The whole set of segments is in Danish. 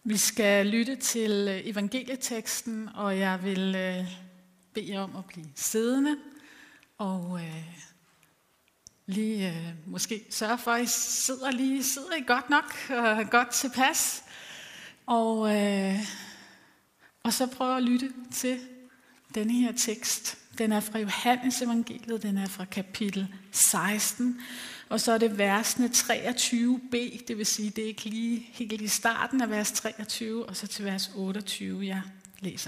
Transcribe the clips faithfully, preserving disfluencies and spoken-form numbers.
Vi skal lytte til evangelieteksten, og jeg vil øh, bede jer om at blive siddende, og øh, lige øh, måske sørge for, at I sidder, lige, sidder I godt nok og godt tilpas. Og, øh, og så prøv at lytte til denne her tekst. Den er fra Johannes evangeliet, den er fra kapitel seksten, og så er det versene treogtyve b, det vil sige, det er ikke lige helt i starten af vers treogtyve, og så til vers otteogtyve, jeg læser.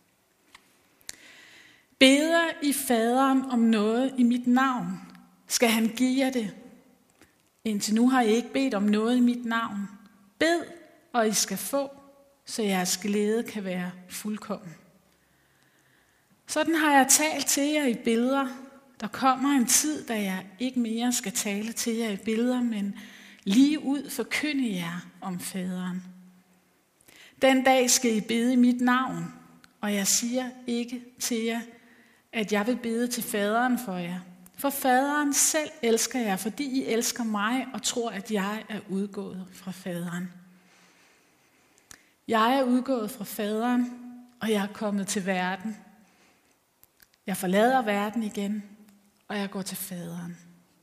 Beder I faderen om noget i mit navn, skal han give jer det. Indtil nu har I ikke bedt om noget i mit navn. Bed, og I skal få, så jeres glæde kan være fuldkommen. Sådan har jeg talt til jer i billeder. Der kommer en tid, da jeg ikke mere skal tale til jer i billeder, men lige ud forkynde jer om faderen. Den dag skal I bede i mit navn, og jeg siger ikke til jer, at jeg vil bede til faderen for jer. For faderen selv elsker jer, fordi I elsker mig og tror, at jeg er udgået fra faderen. Jeg er udgået fra faderen, og jeg er kommet til verden. Jeg forlader verden igen, og jeg går til faderen.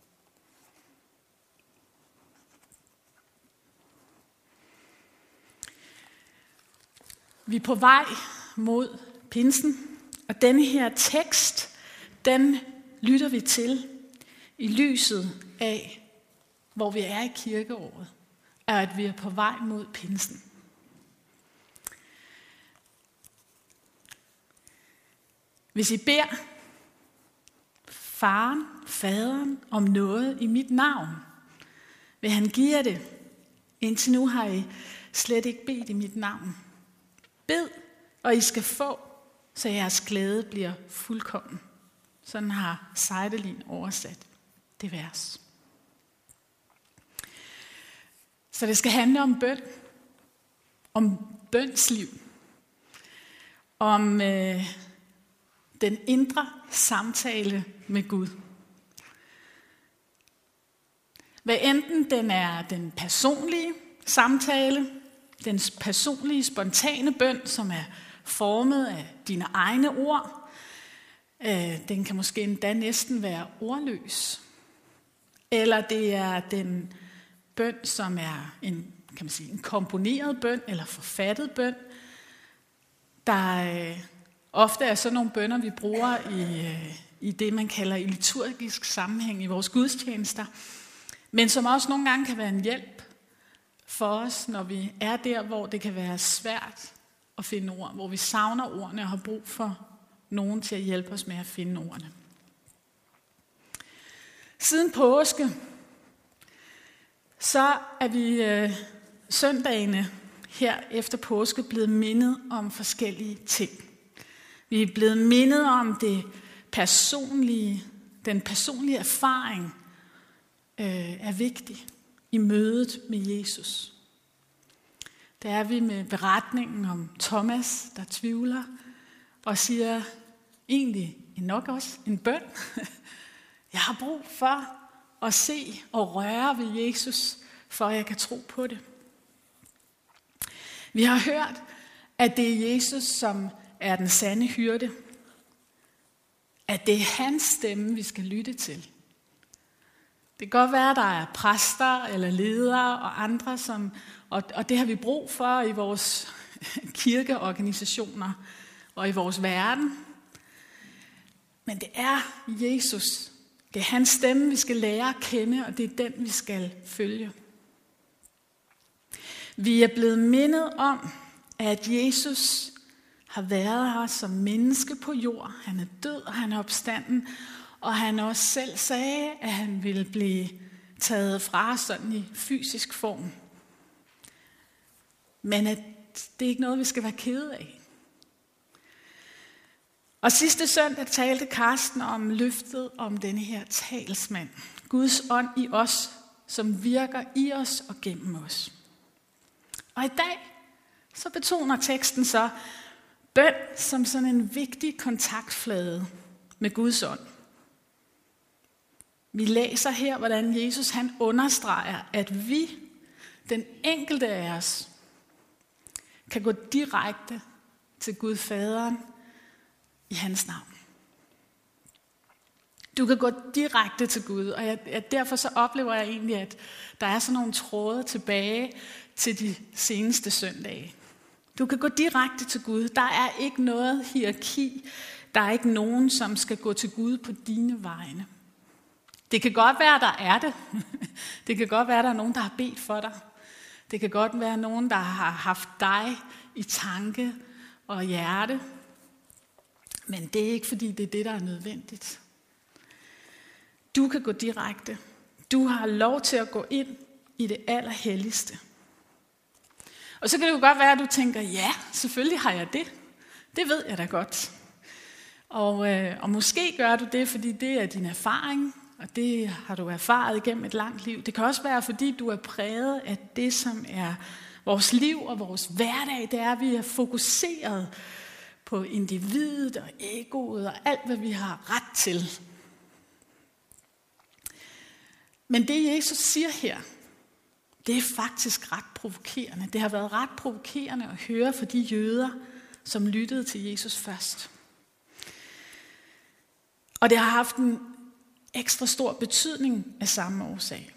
Vi er på vej mod pinsen, og denne her tekst, den lytter vi til i lyset af, hvor vi er i kirkeåret, og at vi er på vej mod pinsen. Hvis I beder faren, faderen om noget i mit navn, vil han give jer det. Indtil nu har I slet ikke bedt i mit navn. Bed, og I skal få, så jeres glæde bliver fuldkommen. Sådan har Seidelin oversat det vers. Så det skal handle om bøn, om bønsliv, om øh, den indre samtale med Gud. Hvad enten den er den personlige samtale, den personlige, spontane bøn, som er formet af dine egne ord, øh, den kan måske endda næsten være ordløs. Eller det er den bøn, som er en, kan man sige, en komponeret bøn eller forfattet bøn, der øh, ofte er sådan nogle bønner, vi bruger i, øh, i det, man kalder i liturgisk sammenhæng i vores gudstjenester, men som også nogle gange kan være en hjælp for os, når vi er der, hvor det kan være svært at finde ord, hvor vi savner ordene og har brug for nogen til at hjælpe os med at finde ordene. Siden påske, så er vi øh, søndagene her efter påske blevet mindet om forskellige ting. Vi er blevet mindet om det personlige, den personlige erfaring øh, er vigtig i mødet med Jesus. Der er vi med beretningen om Thomas, der tvivler og siger egentlig nok også en bøn. Jeg har brug for at se og røre ved Jesus, for at jeg kan tro på det. Vi har hørt, at det er Jesus, som er den sande hyrde. At det er hans stemme, vi skal lytte til. Det kan godt være, at der er præster eller ledere og andre, som, og, og det har vi brug for i vores kirkeorganisationer og i vores verden. Men det er Jesus. Det er hans stemme, vi skal lære at kende, og det er den, vi skal følge. Vi er blevet mindet om, at Jesus har været her som menneske på jord. Han er død, og han er opstanden. Og han også selv sagde, at han ville blive taget fra sådan i fysisk form. Men at det er ikke noget, vi skal være kede af. Og sidste søndag talte Karsten om løftet om denne her talsmand. Guds ånd i os, som virker i os og gennem os. Og i dag, så betoner teksten så bøn som sådan en vigtig kontaktflade med Guds ånd. Vi læser her, hvordan Jesus han understreger, at vi, den enkelte af os, kan gå direkte til Gud Faderen i hans navn. Du kan gå direkte til Gud, og jeg, jeg, derfor så oplever jeg egentlig, at der er sådan nogle tråde tilbage til de seneste søndage. Du kan gå direkte til Gud. Der er ikke noget hierarki. Der er ikke nogen, som skal gå til Gud på dine vegne. Det kan godt være, der er det. Det kan godt være, der er nogen, der har bedt for dig. Det kan godt være nogen, der har haft dig i tanke og hjerte. Men det er ikke, fordi det er det, der er nødvendigt. Du kan gå direkte. Du har lov til at gå ind i det allerhelligste. Og så kan det jo godt være, at du tænker, ja, selvfølgelig har jeg det. Det ved jeg da godt. Og, øh, og måske gør du det, fordi det er din erfaring, og det har du erfaret igennem et langt liv. Det kan også være, fordi du er præget af det, som er vores liv og vores hverdag. Det er, at vi er fokuseret på individet og egoet og alt, hvad vi har ret til. Men det, Jesus siger her, det er faktisk ret provokerende. Det har været ret provokerende at høre for de jøder, som lyttede til Jesus først. Og det har haft en ekstra stor betydning af samme årsag.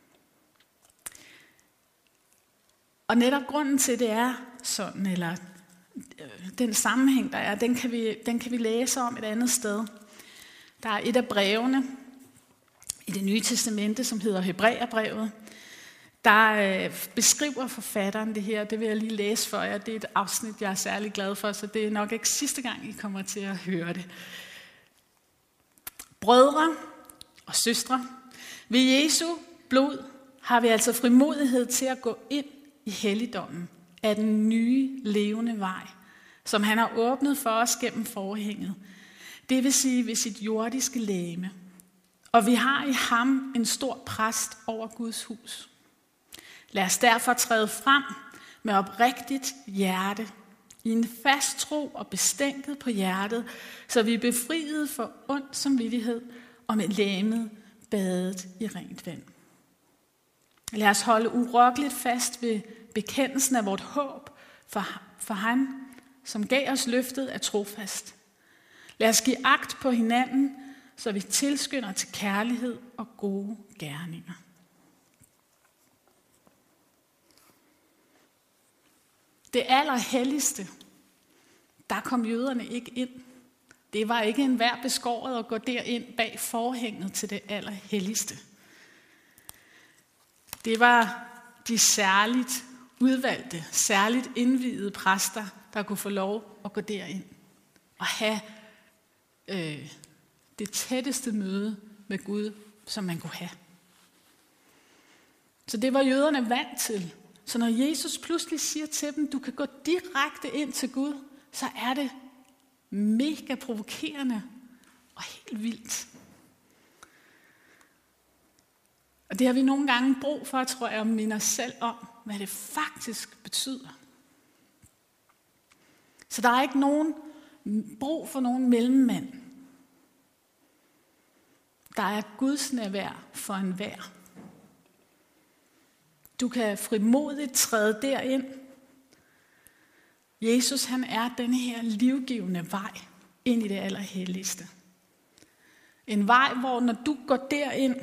Og netop grunden til, det er sådan, eller den sammenhæng, der er, den kan vi, den kan vi læse om et andet sted. Der er et af brevene i Det Nye Testamente, som hedder Hebræerbrevet. Der beskriver forfatteren det her. Det vil jeg lige læse for jer. Det er et afsnit, jeg er særlig glad for, så det er nok ikke sidste gang, I kommer til at høre det. Brødre og søstre, ved Jesu blod har vi altså frimodighed til at gå ind i helligdommen af den nye levende vej, som han har åbnet for os gennem forhænget. Det vil sige ved sit jordiske legeme. Og vi har i ham en stor præst over Guds hus. Lad os derfor træde frem med oprigtigt hjerte, i en fast tro og bestænket på hjertet, så vi er befriet for ond samvittighed og med legemet badet i rent vand. Lad os holde urokkeligt fast ved bekendelsen af vort håb for, for han, som gav os løftet, er trofast. Lad os give agt på hinanden, så vi tilskynder til kærlighed og gode gerninger. Det allerhelligste, der kom jøderne ikke ind. Det var ikke enhver beskåret at gå derind bag forhænget til det allerhelligste. Det var de særligt udvalgte, særligt indviede præster, der kunne få lov at gå derind og have øh, det tætteste møde med Gud, som man kunne have. Så det var jøderne vant til. Så når Jesus pludselig siger til dem, du kan gå direkte ind til Gud, så er det mega provokerende og helt vildt. Og det har vi nogle gange brug for, tror jeg, at minde os selv om, hvad det faktisk betyder. Så der er ikke nogen brug for nogen mellemmand. Der er Guds nærvær for enhver. Du kan frimodigt træde derind. Jesus, han er den her livgivende vej ind i det allerhelligste. En vej, hvor når du går derind,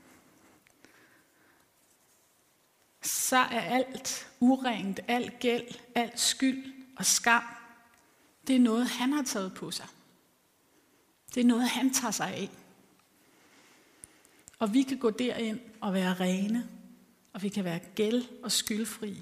så er alt urent, alt gæld, alt skyld og skam, det er noget, han har taget på sig. Det er noget, han tager sig af. Og vi kan gå derind og være rene, og vi kan være gæld og skyldfri.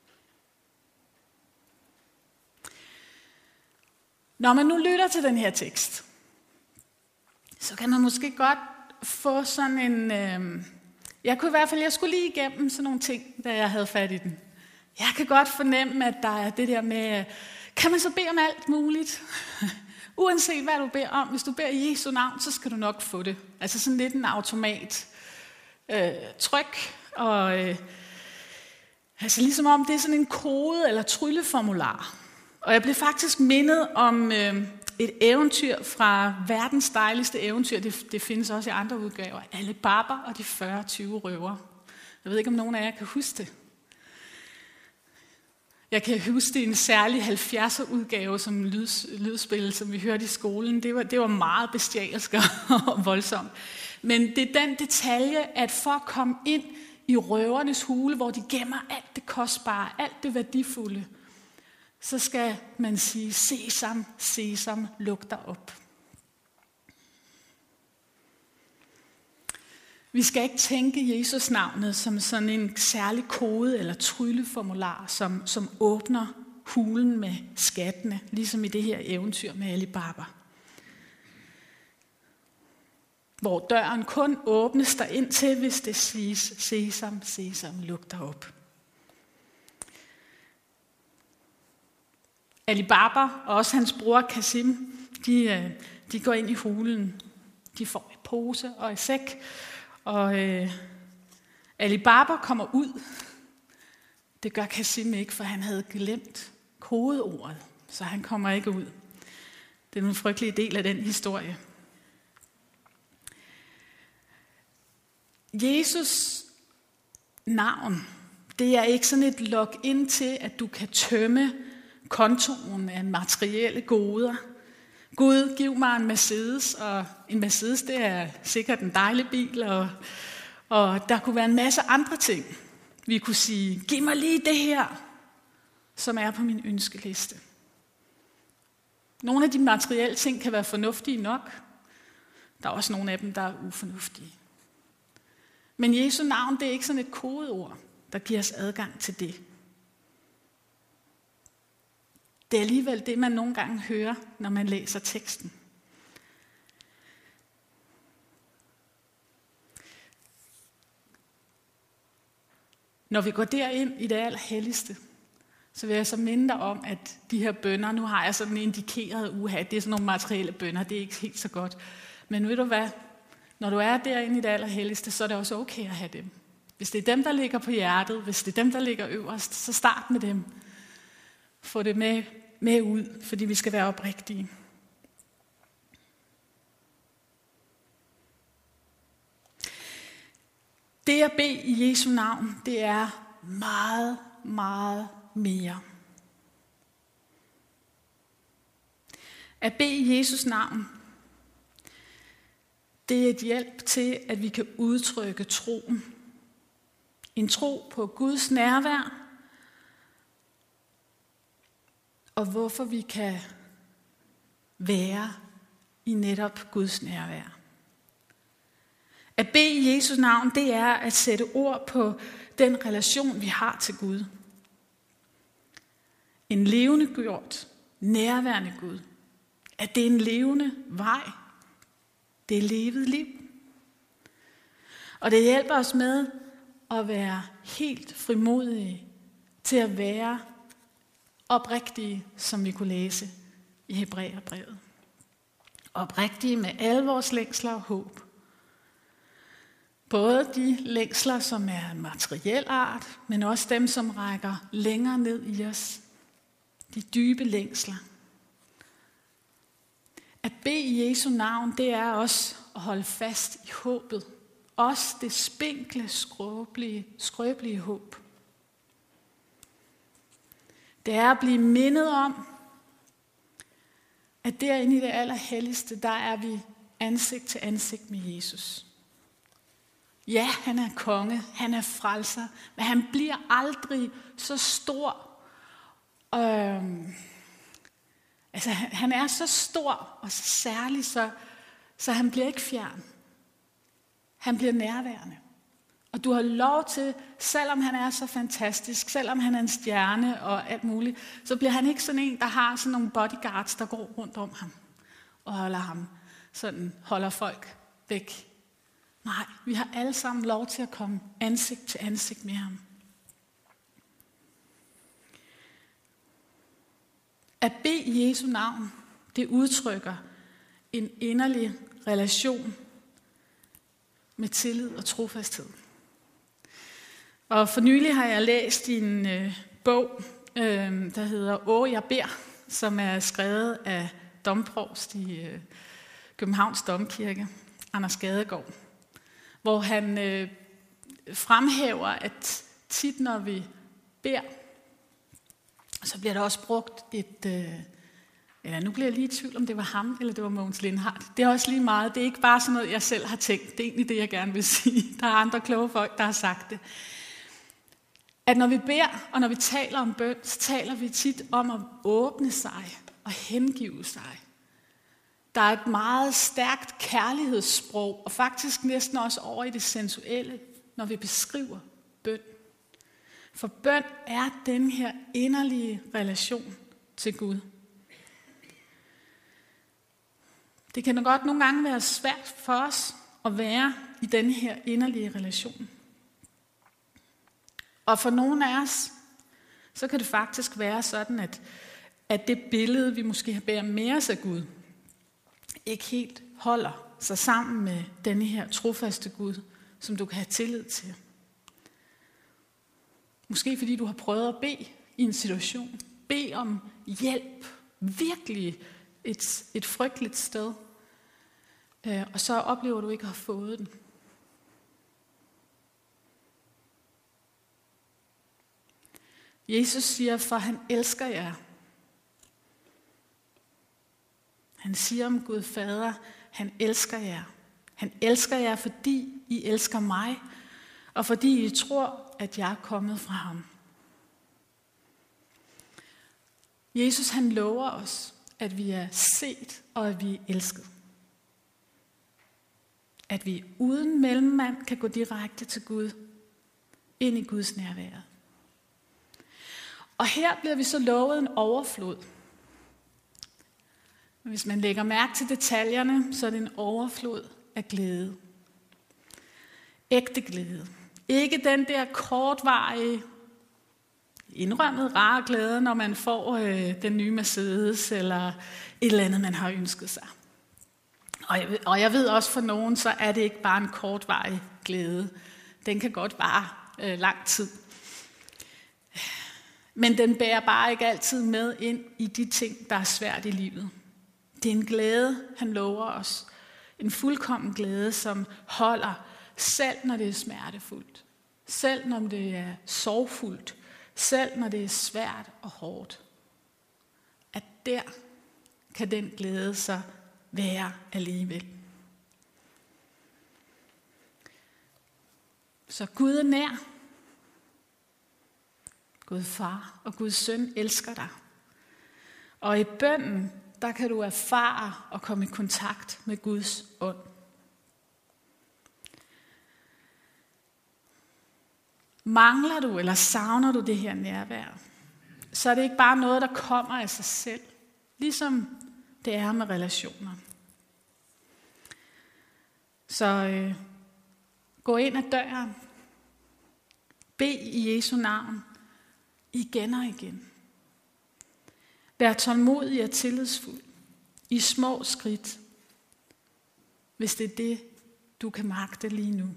Når man nu lytter til den her tekst, så kan man måske godt få sådan en... Øh, jeg kunne i hvert fald, jeg skulle lige igennem sådan nogle ting, da jeg havde fat i den. Jeg kan godt fornemme, at der er det der med, kan man så bede om alt muligt? Uanset hvad du beder om, hvis du beder i Jesu navn, så skal du nok få det. Altså sådan lidt en automat. Øh, tryk, og øh, altså ligesom om det er sådan en kode eller trylleformular. Og jeg blev faktisk mindet om øh, et eventyr fra verdens dejligste eventyr. Det, det findes også i andre udgaver. Ali Baba og de fyrre tyve røvere. Jeg ved ikke, om nogen af jer kan huske det. Jeg kan huske, det er en særlig halvfjerdser udgave som lyds, lydspil, som vi hørte i skolen. Det var, det var meget bestialsk og voldsomt. Men det er den detalje, at for at komme ind i røvernes hule, hvor de gemmer alt det kostbare, alt det værdifulde, så skal man sige, sesam, sesam, luk dig op. Vi skal ikke tænke Jesus navnet som sådan en særlig kode eller trylleformular, som, som åbner hulen med skattene, ligesom i det her eventyr med Ali Baba. Hvor døren kun åbnes der ind til, hvis det siges, sesam, sesam, luk dig op. Ali Baba og også hans bror Kasim, de, de går ind i hulen. De får en pose og en sæk, og øh, Ali Baba kommer ud. Det gør Kasim ikke, for han havde glemt kodeordet, så han kommer ikke ud. Det er en frygtelig del af den historie. Jesus navn, det er ikke sådan et login til, at du kan tømme kontoen af materielle goder. Gud, giv mig en Mercedes, og en Mercedes, det er sikkert en dejlig bil, og, og der kunne være en masse andre ting. Vi kunne sige, giv mig lige det her, som er på min ønskeliste. Nogle af de materielle ting kan være fornuftige nok. Der er også nogle af dem, der er ufornuftige. Men Jesu navn, det er ikke sådan et kodeord, der giver os adgang til det. Det er alligevel det, man nogle gange hører, når man læser teksten. Når vi går derind i det allerhelligste, så vil jeg så minde dig om, at de her bønner, nu har jeg sådan indikeret uha, det er sådan nogle materielle bønner, det er ikke helt så godt. Men ved du hvad? Når du er derinde i det allerhelligste, så er det også okay at have dem. Hvis det er dem, der ligger på hjertet, hvis det er dem, der ligger øverst, så start med dem. Få det med, med ud, fordi vi skal være oprigtige. Det at bede i Jesu navn, det er meget, meget mere. At bede i Jesus navn, det er et hjælp til, at vi kan udtrykke troen. En tro på Guds nærvær, og hvorfor vi kan være i netop Guds nærvær. At bede i Jesu navn, det er at sætte ord på den relation, vi har til Gud. En levende gjort, nærværende Gud. At det er en levende vej. Det er levet liv. Og det hjælper os med at være helt frimodige til at være oprigtige, som vi kunne læse i Hebræerbrevet. Oprigtige med alle vores længsler og håb. Både de længsler, som er materiel art, men også dem, som rækker længere ned i os. De dybe længsler. At bede i Jesu navn, det er også at holde fast i håbet. Også det spinkle, skrøbelige, skrøbelige håb. Det er at blive mindet om, at derinde i det allerhelligste, der er vi ansigt til ansigt med Jesus. Ja, han er konge, han er frelser, men han bliver aldrig så stor. Øhm, altså, han er så stor og så særlig, så, så han bliver ikke fjern. Han bliver nærværende. Og du har lov til, selvom han er så fantastisk, selvom han er en stjerne og alt muligt, så bliver han ikke sådan en, der har sådan nogle bodyguards, der går rundt om ham og holder ham, sådan holder folk væk. Nej, vi har alle sammen lov til at komme ansigt til ansigt med ham. At bede i Jesu navn, det udtrykker en inderlig relation med tillid og trofasthed. Og for nylig har jeg læst en øh, bog, øh, der hedder Åh, jeg beder, som er skrevet af domprovst i øh, Københavns Domkirke, Anders Gadegaard, hvor han øh, fremhæver, at tit når vi beder, Så bliver der også brugt et, øh, ja, nu bliver jeg lige i tvivl, om det var ham, eller det var Mogens Lindhardt. Det er også lige meget, det er ikke bare sådan noget, jeg selv har tænkt. Det er egentlig det, jeg gerne vil sige. Der er andre kloge folk, der har sagt det. At når vi beder, og når vi taler om bøn, så taler vi tit om at åbne sig og hengive sig. Der er et meget stærkt kærlighedssprog, og faktisk næsten også over i det sensuelle, når vi beskriver bøn. For bøn er den her inderlige relation til Gud. Det kan godt nogle gange være svært for os at være i den her inderlige relation. Og for nogle af os, så kan det faktisk være sådan, at, at det billede, vi måske bærer med os af Gud, ikke helt holder sig sammen med denne her trofaste Gud, som du kan have tillid til. Måske fordi du har prøvet at bede i en situation. Bed om hjælp. Virkelig et, et frygteligt sted. Og så oplever du ikke at have fået den. Jesus siger, for han elsker jer. Han siger om Gud Fader, han elsker jer. Han elsker jer, fordi I elsker mig, og fordi I tror, at jeg er kommet fra ham. Jesus han lover os, at vi er set og at vi er elsket. At vi uden mellemmand kan gå direkte til Gud, ind i Guds nærvær. Og her bliver vi så lovet en overflod. Hvis man lægger mærke til detaljerne, så er det en overflod af glæde. Ægte glæde. Ikke den der kortvarige, indrømmet rare glæde, når man får øh, den nye Mercedes, eller et eller andet, man har ønsket sig. Og jeg, og jeg ved også for nogen, så er det ikke bare en kortvarig glæde. Den kan godt vare øh, lang tid. Men den bærer bare ikke altid med ind i de ting, der er svært i livet. Det er en glæde, han lover os. En fuldkommen glæde, som holder, selv når det er smertefuldt. Selv når det er sorgfuldt. Selv når det er svært og hårdt. At der kan den glæde så være alligevel. Så Gud er nær. Gud far og Guds søn elsker dig. Og i bønnen, der kan du erfare og komme i kontakt med Guds ånd. Mangler du eller savner du det her nærvær, så er det ikke bare noget, der kommer af sig selv, ligesom det er med relationer. Så øh, gå ind ad døren, bed i Jesu navn, igen og igen. Vær tålmodig og tillidsfuld i små skridt, hvis det er det, du kan magte lige nu.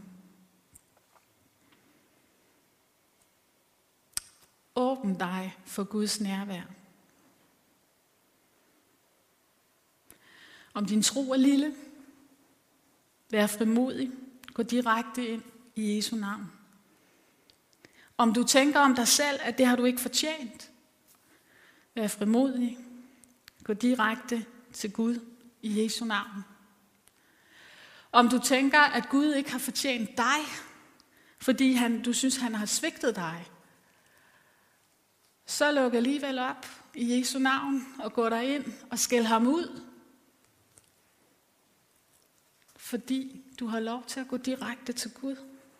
Åbn dig for Guds nærvær. Om din tro er lille, vær frimodig, gå direkte ind i Jesu navn. Om du tænker om dig selv, at det har du ikke fortjent, vær frimodig, gå direkte til Gud i Jesu navn. Om du tænker, at Gud ikke har fortjent dig, fordi han, du synes, han har svigtet dig, så luk alligevel op i Jesu navn og gå derind og skæld ham ud. Fordi du har lov til at gå direkte til Gud.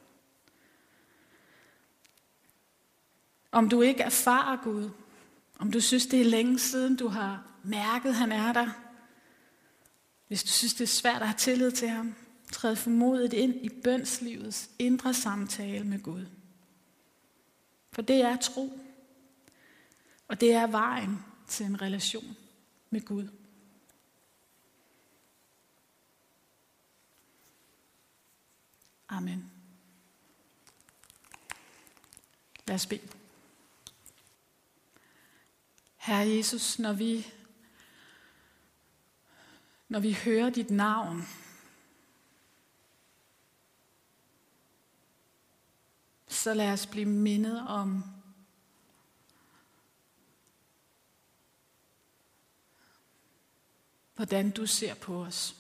Om du ikke erfarer Gud, om du synes, det er længe siden, du har mærket, at han er der. Hvis du synes, det er svært at have tillid til ham, træd formodigt ind i bønslivets indre samtale med Gud. For det er tro. Og det er vejen til en relation med Gud. Amen. Lad os bede. Herre Jesus, når vi, når vi hører dit navn, så lad os blive mindet om, hvordan du ser på os.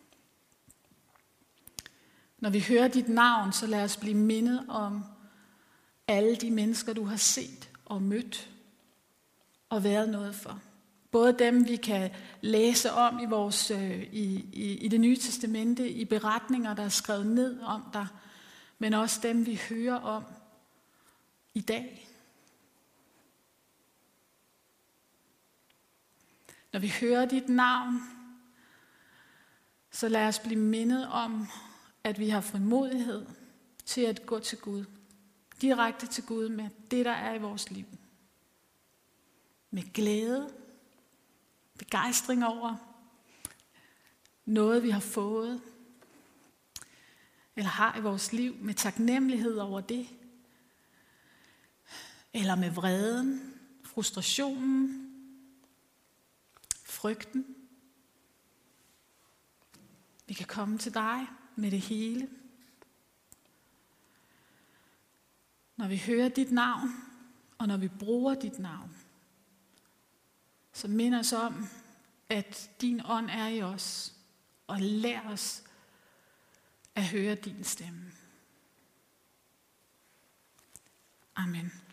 Når vi hører dit navn, så lad os blive mindet om alle de mennesker, du har set og mødt og været noget for. Både dem, vi kan læse om i, vores, i, i, i det nye testamente, i beretninger, der er skrevet ned om dig, men også dem, vi hører om i dag. Når vi hører dit navn, så lad os blive mindet om, at vi har frimodighed til at gå til Gud. Direkte til Gud med det, der er i vores liv. Med glæde, begejstring over noget, vi har fået, eller har i vores liv, med taknemmelighed over det, eller med vreden, frustrationen, frygten. Vi kan komme til dig med det hele. Når vi hører dit navn, og når vi bruger dit navn, så minder os om, at din ånd er i os, og lær os at høre din stemme. Amen.